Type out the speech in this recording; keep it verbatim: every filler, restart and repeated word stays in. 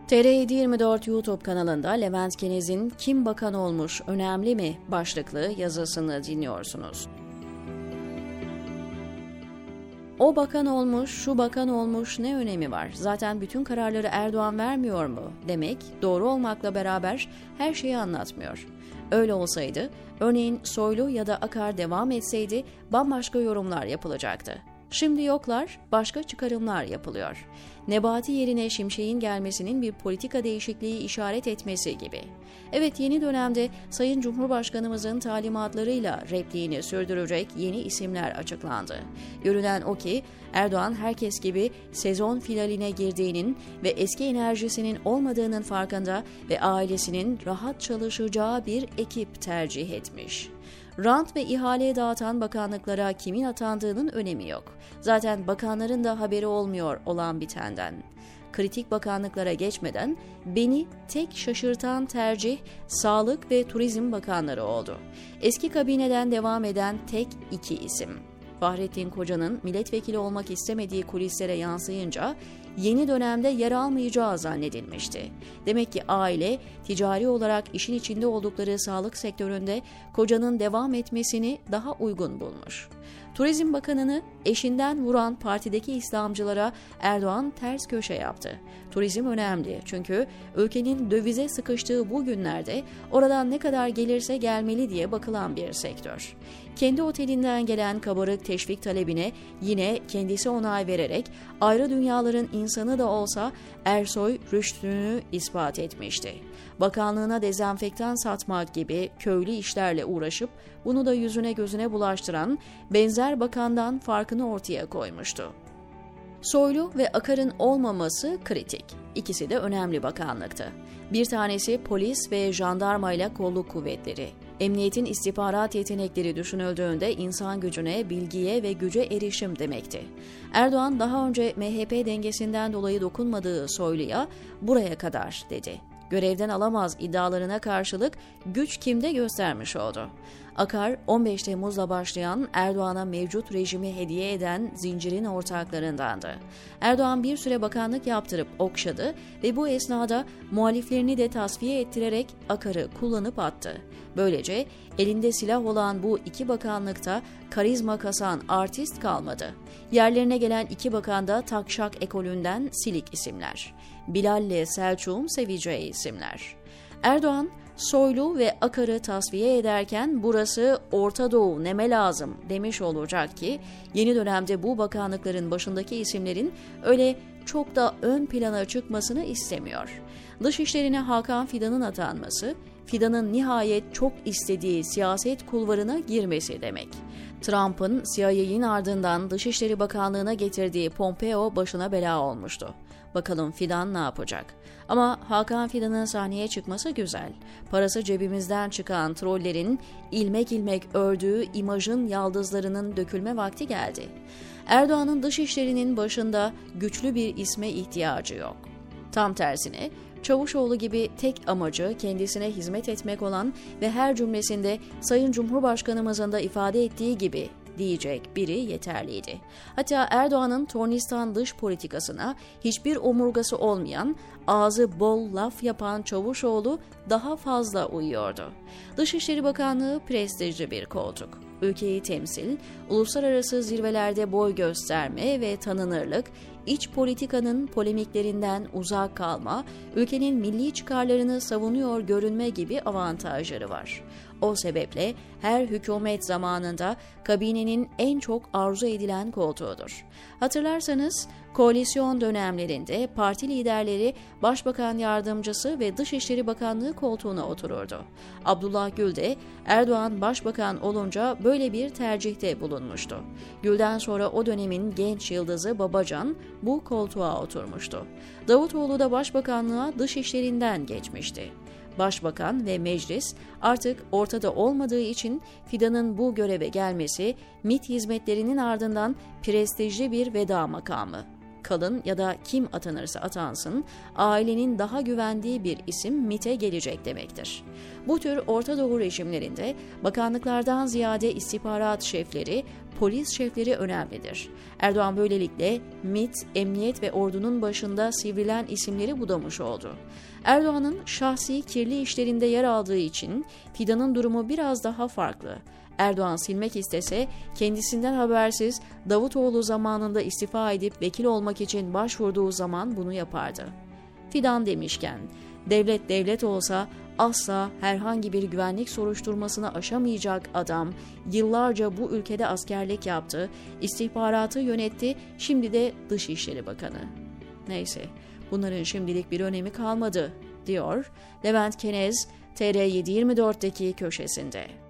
T R yedi yirmi dört YouTube kanalında Levent Kenez'in "Kim bakan olmuş, önemli mi?" başlıklı yazısını dinliyorsunuz. O bakan olmuş, şu bakan olmuş ne önemi var? Zaten bütün kararları Erdoğan vermiyor mu? Demek doğru olmakla beraber her şeyi anlatmıyor. Öyle olsaydı, örneğin Soylu ya da Akar devam etseydi bambaşka yorumlar yapılacaktı. Şimdi yoklar, başka çıkarımlar yapılıyor. Nebati yerine Şimşek'in gelmesinin bir politika değişikliği işaret etmesi gibi. Evet, yeni dönemde Sayın Cumhurbaşkanımızın talimatlarıyla repliğini sürdürecek yeni isimler açıklandı. Görünen o ki Erdoğan herkes gibi sezon finaline girdiğinin ve eski enerjisinin olmadığının farkında ve ailesinin rahat çalışacağı bir ekip tercih etmiş. Rant ve ihale dağıtan bakanlıklara kimin atandığının önemi yok. Zaten bakanların da haberi olmuyor olan bitenden. Kritik bakanlıklara geçmeden beni tek şaşırtan tercih Sağlık ve Turizm Bakanları oldu. Eski kabineden devam eden tek iki isim. Fahrettin Koca'nın milletvekili olmak istemediği kulislere yansıyınca yeni dönemde yer almayacağı zannedilmişti. Demek ki aile ticari olarak işin içinde oldukları sağlık sektöründe Koca'nın devam etmesini daha uygun bulmuş. Turizm Bakanı'nı eşinden vuran partideki İslamcılara Erdoğan ters köşe yaptı. Turizm önemli çünkü ülkenin dövize sıkıştığı bu günlerde oradan ne kadar gelirse gelmeli diye bakılan bir sektör. Kendi otelinden gelen kabarık teşvik talebine yine kendisi onay vererek ayrı dünyaların insanı da olsa Ersoy rüştünü ispat etmişti. Bakanlığına dezenfektan satmak gibi köylü işlerle uğraşıp bunu da yüzüne gözüne bulaştıran benzer bakandan farkını ortaya koymuştu. Soylu ve Akar'ın olmaması kritik. İkisi de önemli bakanlıktı. Bir tanesi polis ve jandarmayla kolluk kuvvetleri. Emniyetin istihbarat yetenekleri düşünüldüğünde insan gücüne, bilgiye ve güce erişim demekti. Erdoğan daha önce M H P dengesinden dolayı dokunmadığı Soylu'ya buraya kadar dedi. Görevden alamaz iddialarına karşılık güç kimde göstermiş oldu. Akar, on beş Temmuz'la başlayan Erdoğan'a mevcut rejimi hediye eden zincirin ortaklarındandı. Erdoğan bir süre bakanlık yaptırıp okşadı ve bu esnada muhaliflerini de tasfiye ettirerek Akar'ı kullanıp attı. Böylece elinde silah olan bu iki bakanlıkta karizma kasan artist kalmadı. Yerlerine gelen iki bakan da Takşak ekolünden silik isimler. Bilal'le Selçuk'un seveceği isimler. Erdoğan, Soylu ve Akar'ı tasfiye ederken burası Orta Doğu neme lazım demiş olacak ki yeni dönemde bu bakanlıkların başındaki isimlerin öyle çok da ön plana çıkmasını istemiyor. Dışişlerine Hakan Fidan'ın atanması, Fidan'ın nihayet çok istediği siyaset kulvarına girmesi demek. Trump'ın C I A'nin ardından Dışişleri Bakanlığı'na getirdiği Pompeo başına bela olmuştu. Bakalım Fidan ne yapacak? Ama Hakan Fidan'ın sahneye çıkması güzel. Parası cebimizden çıkan trollerin ilmek ilmek ördüğü imajın yaldızlarının dökülme vakti geldi. Erdoğan'ın dışişlerinin başında güçlü bir isme ihtiyacı yok. Tam tersine Çavuşoğlu gibi tek amacı kendisine hizmet etmek olan ve her cümlesinde Sayın Cumhurbaşkanımızın da ifade ettiği gibi diyecek biri yeterliydi. Hatta Erdoğan'ın Tornistan dış politikasına hiçbir omurgası olmayan, ağzı bol laf yapan Çavuşoğlu daha fazla uyuyordu. Dışişleri Bakanlığı prestijli bir koltuk. Ülkeyi temsil, uluslararası zirvelerde boy gösterme ve tanınırlık, iç politikanın polemiklerinden uzak kalma, ülkenin milli çıkarlarını savunuyor görünme gibi avantajları var. O sebeple her hükümet zamanında kabinenin en çok arzu edilen koltuğudur. Hatırlarsanız koalisyon dönemlerinde parti liderleri Başbakan Yardımcısı ve Dışişleri Bakanlığı koltuğuna otururdu. Abdullah Gül de Erdoğan Başbakan olunca böyle bir tercihte bulunmuştu. Gül'den sonra o dönemin genç yıldızı Babacan bu koltuğa oturmuştu. Davutoğlu da Başbakanlığa dışişlerinden geçmişti. Başbakan ve meclis artık ortada olmadığı için Fidan'ın bu göreve gelmesi MİT hizmetlerinin ardından prestijli bir veda makamı. Kalın ya da kim atanırsa atansın, ailenin daha güvendiği bir isim MİT'e gelecek demektir. Bu tür Orta Doğu rejimlerinde bakanlıklardan ziyade istihbarat şefleri polis şefleri önemlidir. Erdoğan böylelikle MİT, emniyet ve ordunun başında sivrilen isimleri budamış oldu. Erdoğan'ın şahsi kirli işlerinde yer aldığı için Fidan'ın durumu biraz daha farklı. Erdoğan silmek istese kendisinden habersiz Davutoğlu zamanında istifa edip vekil olmak için başvurduğu zaman bunu yapardı. Fidan demişken, devlet devlet olsa asla herhangi bir güvenlik soruşturmasını aşamayacak adam, yıllarca bu ülkede askerlik yaptı, istihbaratı yönetti, şimdi de Dışişleri Bakanı. Neyse, bunların şimdilik bir önemi kalmadı, diyor Levent Kenez, T R yedi yirmi dört'teki köşesinde.